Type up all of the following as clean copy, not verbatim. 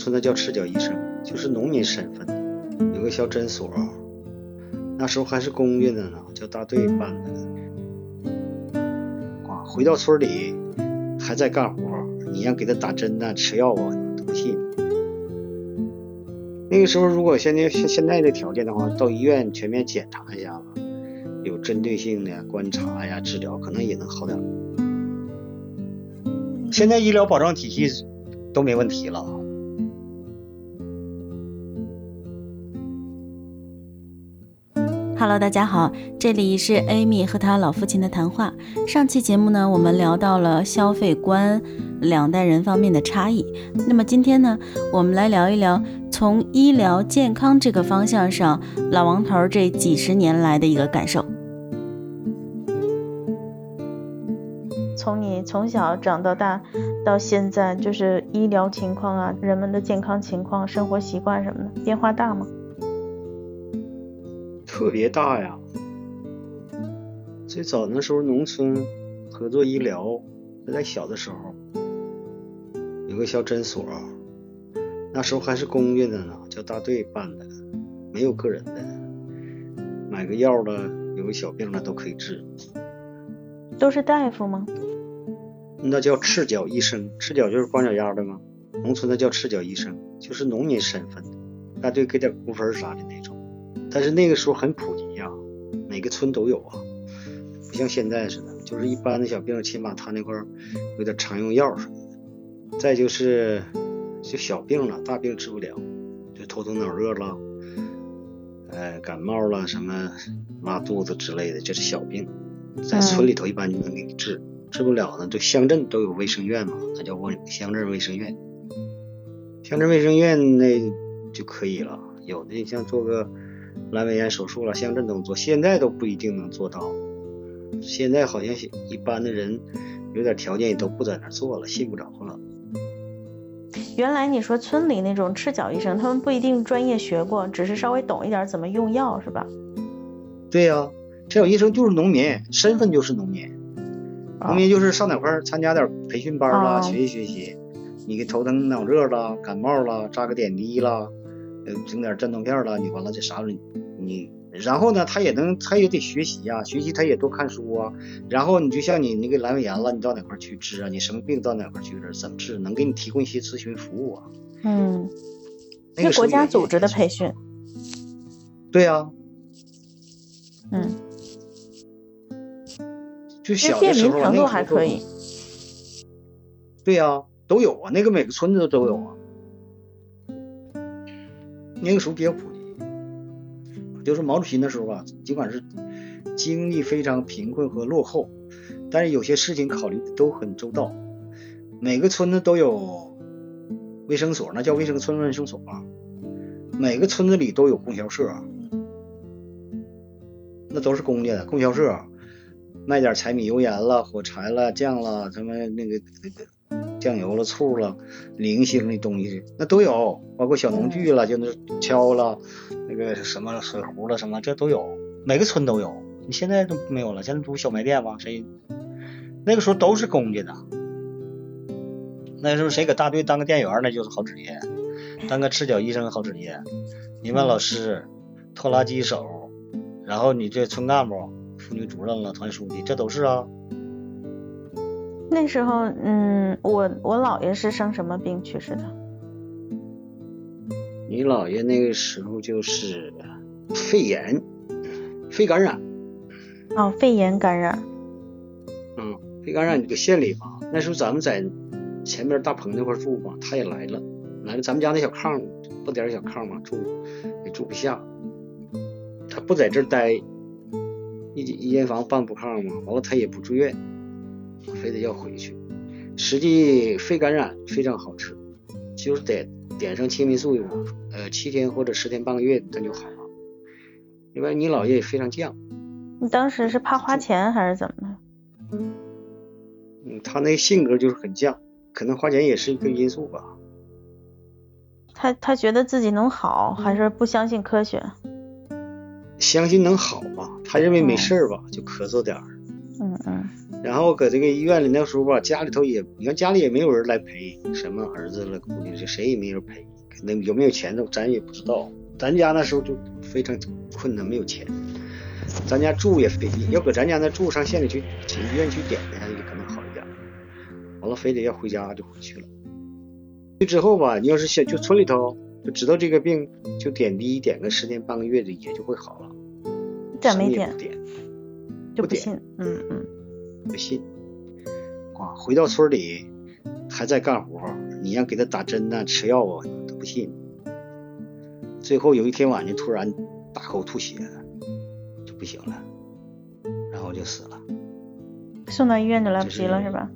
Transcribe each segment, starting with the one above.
村的叫赤脚医生，就是农民身份的，有个小诊所，那时候还是公家的呢，叫大队办的。回到村里还在干活，你让给他打针呐、吃药啊，都不信。那个时候如果现在的条件的话，到医院全面检查一下子，有针对性的观察呀、治疗，可能也能好点。现在医疗保障体系都没问题了。 Hello， 大家好，这里是 Amy 和她老父亲的谈话。上期节目呢，我们聊到了消费观两代人方面的差异。那么今天呢，我们来聊一聊从医疗健康这个方向上，老王头这几十年来的一个感受。从你从小长到大到现在，就是医疗情况啊，人们的健康情况、生活习惯什么的，变化大吗？ 特别大呀！最早那时候农村合作医疗，在小的时候有个小诊所，那时候还是公家的呢，叫大队办的，没有个人的，买个药了，有个小病了都可以治。 都是大夫吗？ 那叫赤脚医生，赤脚就是光脚丫的吗？农村的叫赤脚医生，就是农民身份的，大队给点工分啥的那种。但是那个时候很普及啊，每个村都有啊，不像现在似的，就是一般的小病，起码他那块有点常用药什么的。再就是就小病了，大病治不了，就头疼脑热了，感冒了，什么拉肚子之类的，这是小病，在村里头一般就能给你治。治不了呢，就乡镇都有卫生院嘛，那叫乡镇卫生院。乡镇卫生院那就可以了，有的像做个阑尾炎手术了，乡镇都做，现在都不一定能做到。现在好像一般的人有点条件也都不在那做了，信不着了。 原来你说村里那种赤脚医生，他们不一定专业学过，只是稍微懂一点怎么用药，是吧？ 对呀，赤脚医生就是农民，身份就是农民。农民就是上哪块参加点培训班啦，学习学习。你给头疼脑热了，感冒了，扎个点滴了，整点镇痛片了，你完了这啥你然后呢他也得学习呀，学习他也多看书啊。然后你就像你那个阑尾炎了，你到哪块去治啊？你什么病到哪块去治，怎么治，能给你提供一些咨询服务啊。 是国家组织的培训。 对呀。就小的时候程度还可以。 对呀，都有啊，那个每个村子都有啊。那个时候比较普及，就是毛主席那时候吧，尽管是经济非常贫困和落后，但是有些事情考虑的都很周到。每个村子都有卫生所，那叫村卫生所啊。每个村子里都有供销社，那都是公家的供销社。卖点柴米油盐了，火柴了，酱了，什么那个酱油了，醋了，零星的东西那都有，包括小农具了，就那锹了，那个什么水壶了，什么这都有，每个村都有。你现在都没有了，现在不小卖店吗？那个时候都是公家的。那时候谁搁大队当个店员，那就是好职业，当个赤脚医生好职业，民办老师，拖拉机手，然后你这村干部。妇女主任了，团书记，这都是啊。 那时候，我姥爷是生什么病去世的？ 你姥爷那个时候就是肺感染。 肺炎感染。 肺感染这个县里吧，那时候咱们在前面大棚那块住吧，他也来了，咱们家那小炕不点小炕嘛，也住不下，他不在这儿待。一间房半不炕嘛，完了他也不住院，非得要回去。实际肺感染非常好治，就是得点上青霉素，7天或者10天半个月它就好了。因为你姥爷也非常犟。 你当时是怕花钱还是怎么的？ 他那性格就是很犟，可能花钱也是一个因素吧。 他觉得自己能好，还是不相信科学？ 相信能好吧，他认为没事吧，就咳嗽点儿。然后搁这个医院里那时候吧，家里头你看家里也没有人来陪，什么儿子了姑娘，谁也没人陪， 那有没有钱呢？咱也不知道。咱家那时候就非常困难，没有钱。咱家住也费劲，要搁咱家那住，上县里去医院去点的，也可能好一点。完了，非得要回家就回去了。之后吧，你要是就村里头就知道这个病，就点滴点个10天半个月的也就会好了。 咋没点？ 就不信。 不信。回到村里还在干活，你让给他打针呐、吃药啊，都不信。最后有一天晚上突然大口吐血，就不行了，然后就死了。 送到医院就来不及了，是吧？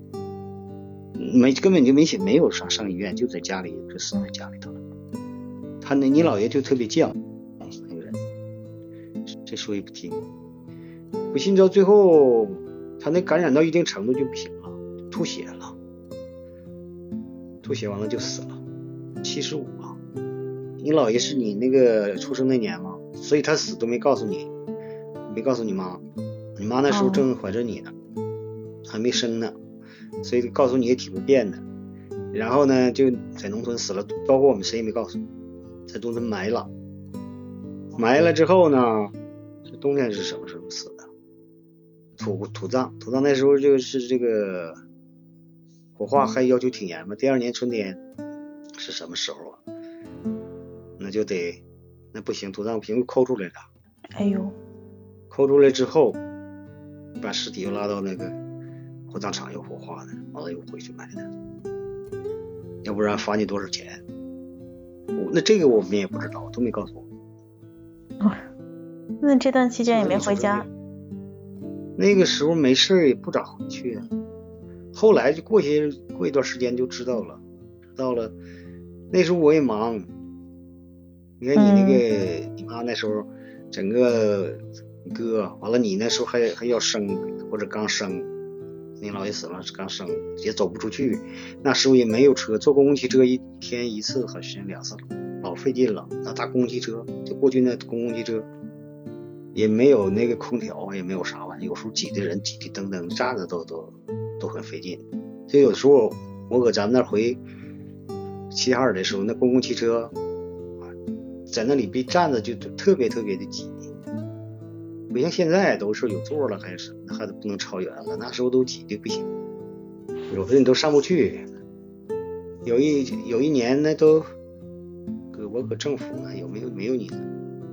根本就没有上医院，就在家里就死在家里头了。你姥爷就特别犟，那个人，这说也不听，不信到最后他那感染到一定程度就不行了，吐血了，吐血完了就死了，75啊。你姥爷是你那个出生那年吗？所以他死都没告诉你，没告诉你妈，你妈那时候正怀着你呢，还没生呢，所以告诉你也挺不便的。然后呢就在农村死了，包括我们谁也没告诉你，在农村埋了之后呢，这冬天是什么时候死的？土葬那时候就是这个火化还要求挺严嘛，第2年春天是什么时候啊？那就得，那不行，土葬不行，抠出来了。 哎呦， 抠出来之后，把尸体又拉到那个火葬场又火化的，完了又回去埋的，要不然罚你多少钱？那这个我们也不知道，都没告诉我。 那这段期间也没回家？ 那个时候没事也不咋回去啊。后来就过一段时间就知道了，那时候我也忙。你看你那个你妈那时候整个哥，完了你那时候还要生或者刚生，你姥爷死了刚生也走不出去，那时候也没有车，坐公共汽车一天一次好像2次，老费劲了。那大公共汽车就过去那公共汽车也没有那个空调，也没有啥玩意，有时候挤的人挤的噔噔站着都很费劲。就有时候我搁咱们那回齐齐哈尔的时候，那公共汽车在那里被站着就特别的挤，不像现在都是有座了，还不能超远了，那时候都挤的不行，有的人都上不去。有一年呢，都我搁政府呢，没有你呢？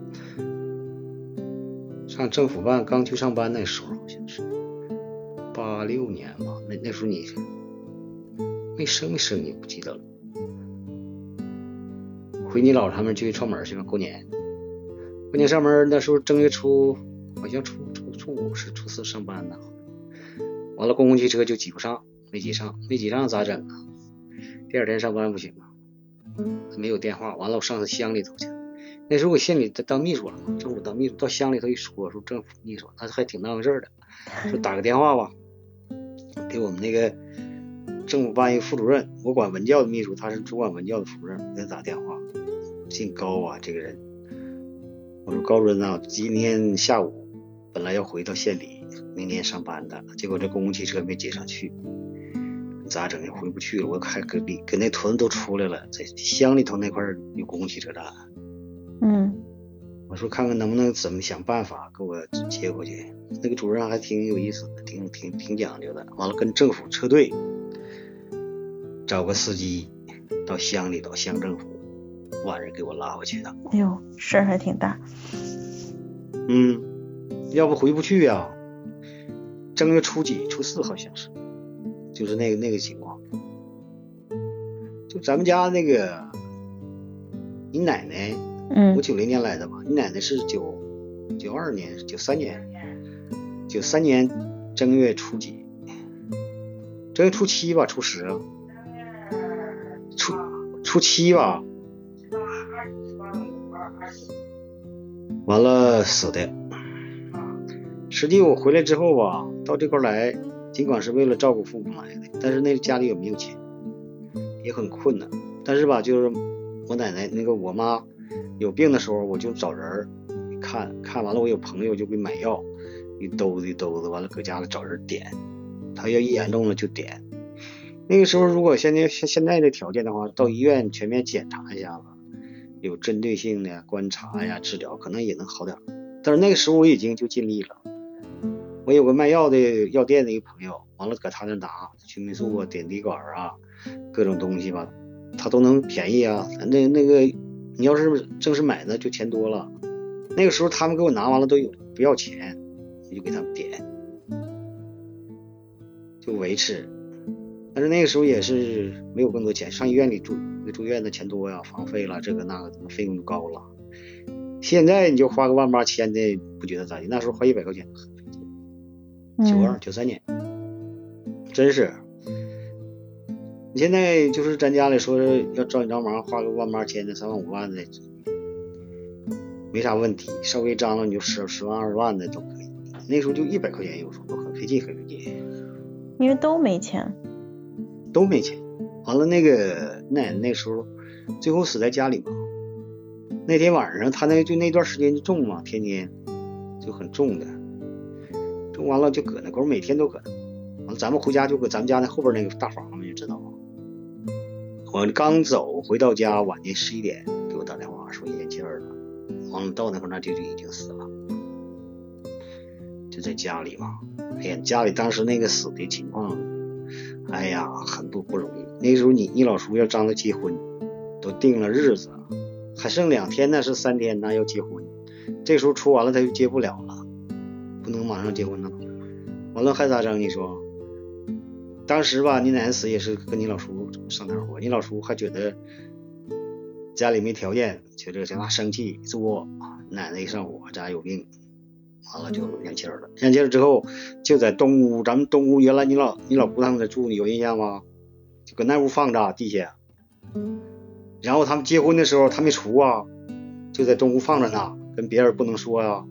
上政府办刚去上班那时候，好像是86年吧，那时候你没生你不记得了。回你姥他们去串门去吧，过年上门，那时候正月初好像初5是初4上班呢，完了公共汽车就挤不上，没挤上咋整啊？第2天上班不行啊，没有电话，完了我上乡里头去。那时候我县里当秘书了，政府当秘书，到乡里头一说政府秘书，他还挺当回事的，说打个电话吧，给我们那个政府办一个副主任，我管文教的秘书，他是主管文教的副主任，给他打电话。姓高啊，这个人。我说高主任啊，今天下午本来要回到县里，明天上班的，结果这公共汽车没接上去，咋整？也回不去了。我还搁那屯都出来了，在乡里头那块有公共汽车站。我说看看能不能怎么想办法给我接回去。那个主任还挺有意思的，挺讲究的。完了跟政府车队找个司机到乡里头，乡政府晚上给我拉回去的。 哎呦，事儿还挺大。 要不回不去啊。正月初几初4好像是，就是那个情况。就咱们家那个你奶奶，我90年来的吧，你奶奶是92年93年正月初几，正月初7吧，初10啊，初7吧，完了死的。实际我回来之后吧，到这块来，尽管是为了照顾父母来的，但是那家里也没有钱，也很困难。但是吧，就是我奶奶那个我妈有病的时候，我就找人看完了，我有朋友就给买药，一兜子，完了搁家里找人点，他要一严重了就点， 那个时候如果现在的条件的话，到医院全面检查一下子，有针对性的观察呀治疗，可能也能好点。但是那个时候我已经就尽力了。我有个卖药的药店的一个朋友，完了搁他那拿曲霉素啊、点滴管啊，各种东西吧，他都能便宜啊。那个你要是正式买的就钱多了。那个时候他们给我拿完了都有不要钱，我就给他们点，就维持。但是那个时候也是没有更多钱，上医院里住院的钱多呀，房费了这个那个费用就高了。现在你就花个18000的不觉得咋地，那时候花100块钱92、93年，真是。你现在就是咱家里说要找你帮忙，花个18000的、3万5万的，没啥问题。稍微张罗你就10万20万的都可以。那时候就100块钱，有时候都很费劲。 因为都没钱。完了，那个奶奶那时候最后死在家里嘛。那天晚上他那段时间就重嘛，天天就很重的。种完了就搁那块，每天都搁那。完了咱们回家就搁咱们家那后边那个大房子，你知道吗？我刚走回到家，晚间11点给我打电话说咽气儿了。完了到那块那就已经死了，就在家里嘛。哎呀，家里当时那个死的情况，哎呀，很不容易。那时候你老叔要张罗结婚，都定了日子，还剩2天呢，是3天呢要结婚。这时候出完了他就结不了了，不能马上结婚了。完了还咋整？你说，当时吧，你奶奶死也是跟你老叔上点火，你老叔还觉得家里没条件，觉得那生气作，奶奶一上火，家有病，完了就咽气了。咽气了之后，就在东屋，咱们东屋原来你老姑他们在住，你有印象吗？就搁那屋放着地下，然后他们结婚的时候他没出啊，就在东屋放着呢，跟别人不能说啊。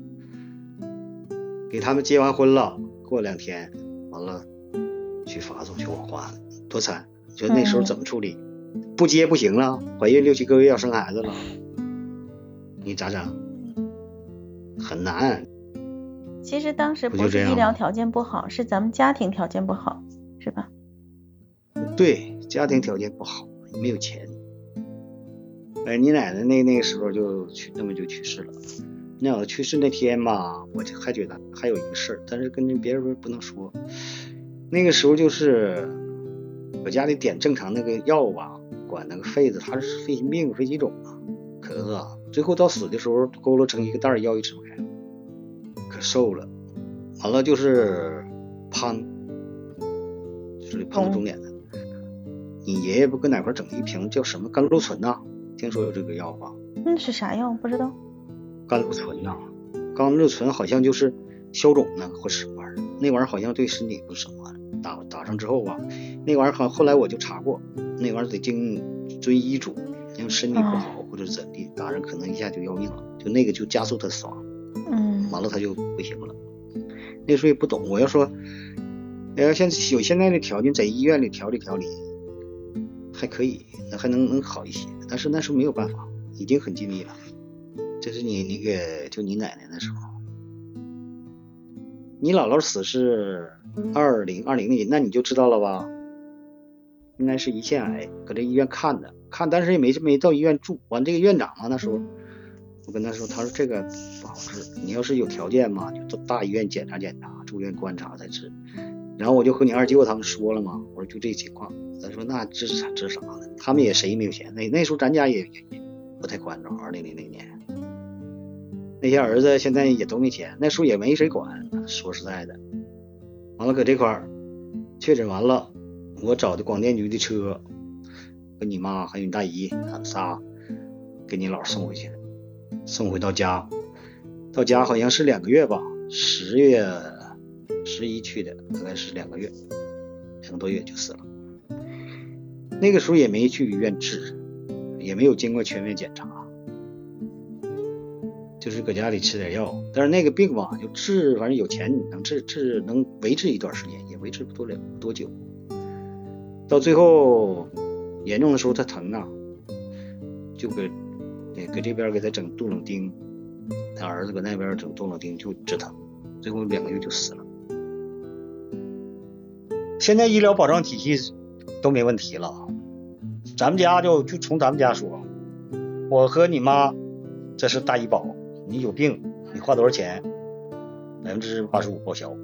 给他们结完婚了，过2天，完了去发送去火化，多惨！你说那时候怎么处理？不结不行了，怀孕6、7个月要生孩子了，你咋整？很难。 其实当时不是医疗条件不好，是咱们家庭条件不好，是吧？ 对，家庭条件不好，没有钱。你奶奶那个时候就去世了。那我去世那天吧，我就还觉得还有一个事儿，但是跟别人不能说。那个时候就是我家里点正常那个药吧，管那个肺子，他是肺心病、肺气肿啊，咳嗽，最后到死的时候佝偻成一个袋药，一吃不开，可瘦了。完了就是胖，就是胖到中年的。你爷爷不跟哪块整一瓶叫什么甘露醇呐？听说有这个药吧？ 是啥药？不知道。 甘露醇呐，甘露醇好像就是消肿呢，或什么玩意儿。那玩意儿好像对身体不是什么玩意儿。打上之后吧，那玩意儿后来我就查过，那玩意儿得经遵医嘱，因为身体不好或者怎地，打上可能一下就要命了，就那个就加速他死亡。完了他就不行了。那时候也不懂，我要说，像有现在的条件，在医院里调理还可以，那还能好一些。但是那时候没有办法，已经很尽力了。这是你那个就你奶奶的时候，你姥姥死是2020年，那你就知道了吧？应该是胰腺癌，搁这医院看，但是也没到医院住。完这个院长嘛，那时候我跟他说，他说这个不好治，你要是有条件嘛，就到大医院检查，住院观察才治。然后我就和你二舅他们说了嘛，我说就这情况。他说那治啥呢？他们也谁没有钱？那时候咱家也不太宽敞，2000年。那些儿子现在也都没钱，那时候也没谁管，说实在的。完了搁这块儿确诊完了，我找的广电局的车，跟你妈还有你大姨他们仨给你姥送回去，送回到家好像是2个月吧，10月11去的，大概是2个月，2个多月就死了。那个时候也没去医院治，也没有经过全面检查，就是搁家里吃点药。但是那个病吧，就治，反正有钱能治能维持一段时间，也维持不多久。到最后严重的时候他疼啊，就搁这边给他整杜冷丁，他儿子搁那边整杜冷丁就治疼，最后2个月就死了。现在医疗保障体系都没问题了。咱们家就从咱们家说，我和你妈这是大医保，你有病你花多少钱85%报销。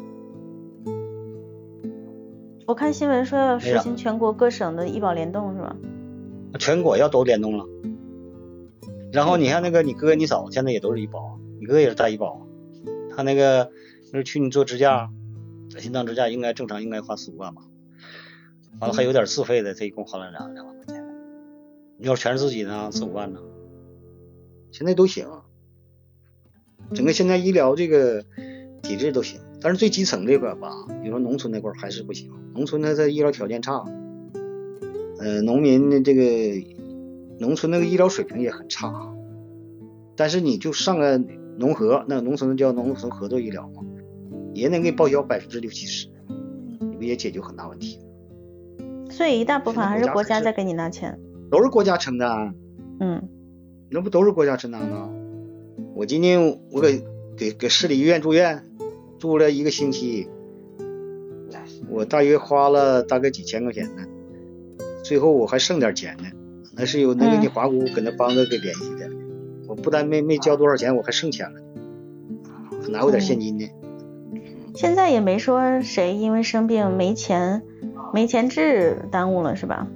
我看新闻说要实行全国各省的医保联动是吧？ 全国要都联动了。然后你看那个你哥你嫂现在也都是医保，你哥也是大医保，他那个去你做支架，心脏支架应该正常应该花4-5万吧，完了还有点自费的，他一共花了2万块钱。你要全是自己呢4-5万呢，现在都行，整个现在医疗这个体制都行。但是最基层这块吧，比如说农村那块还是不行，农村它的医疗条件差，农民的这个农村那个医疗水平也很差。但是你就上个农合，那农村叫农村合作医疗嘛，也能给报销60-70%，你不也解决很大问题？ 所以一大部分还是国家在给你拿钱， 都是国家承担。那不都是国家承担吗？我今天我给市里医院住院，住了1个星期，我大约花了大概几千块钱呢，最后我还剩点钱呢，那是有那个你华姑跟他帮着给联系的，我不但没交多少钱，我还剩钱了，拿回点现金呢。 现在也没说谁因为生病没钱治耽误了是吧？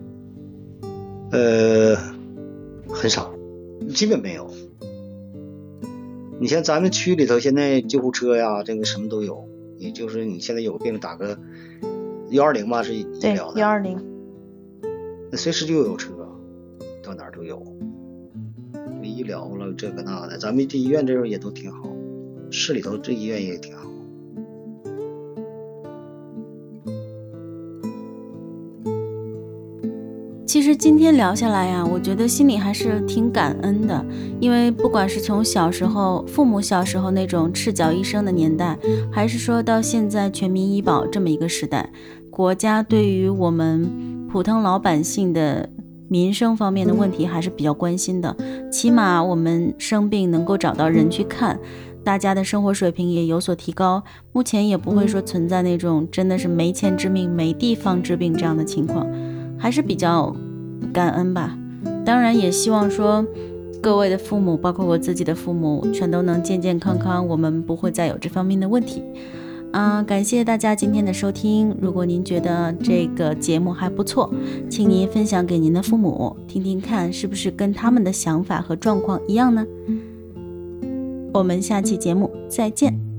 很少，基本没有。你像咱们区里头现在救护车呀，这个什么都有，也就是你现在有病打个120吧，是医疗的。对，120，那随时就有车，到哪儿都有。医疗了这个那的，咱们这医院这边也都挺好，市里头这医院也挺好。 其实今天聊下来呀，我觉得心里还是挺感恩的，因为不管是从小时候父母小时候那种赤脚医生的年代，还是说到现在全民医保这么一个时代，国家对于我们普通老百姓的民生方面的问题还是比较关心的，起码我们生病能够找到人去看，大家的生活水平也有所提高，目前也不会说存在那种真的是没钱治命没地方治病这样的情况，还是比较感恩吧。当然也希望说各位的父母，包括我自己的父母，全都能健健康康，我们不会再有这方面的问题。感谢大家今天的收听，如果您觉得这个节目还不错，请您分享给您的父母听听看，是不是跟他们的想法和状况一样呢？我们下期节目再见。